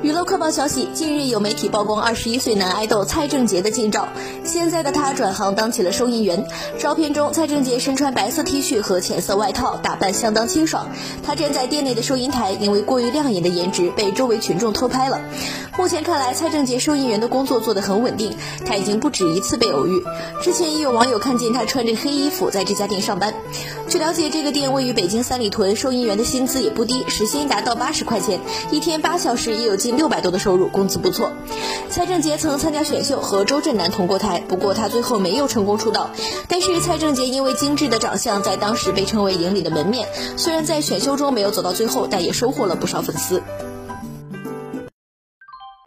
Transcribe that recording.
娱乐快报消息，近日有媒体曝光21岁男爱豆蔡正杰的近照。现在的他转行当起了收银员。照片中，蔡正杰身穿白色 T 恤和浅色外套，打扮相当清爽。他站在店内的收银台，因为过于亮眼的颜值被周围群众偷拍了。目前看来，蔡正杰收银员的工作做得很稳定，他已经不止一次被偶遇。之前也有网友看见他穿着黑衣服在这家店上班。据了解，这个店位于北京三里屯，收银员的薪资也不低，时薪达到80块钱，一天8小时也有近600多的收入，工资不错。蔡正杰曾参加选秀和周震南同过台，不过他最后没有成功出道。但是蔡正杰因为精致的长相，在当时被称为营里的门面，虽然在选秀中没有走到最后，但也收获了不少粉丝。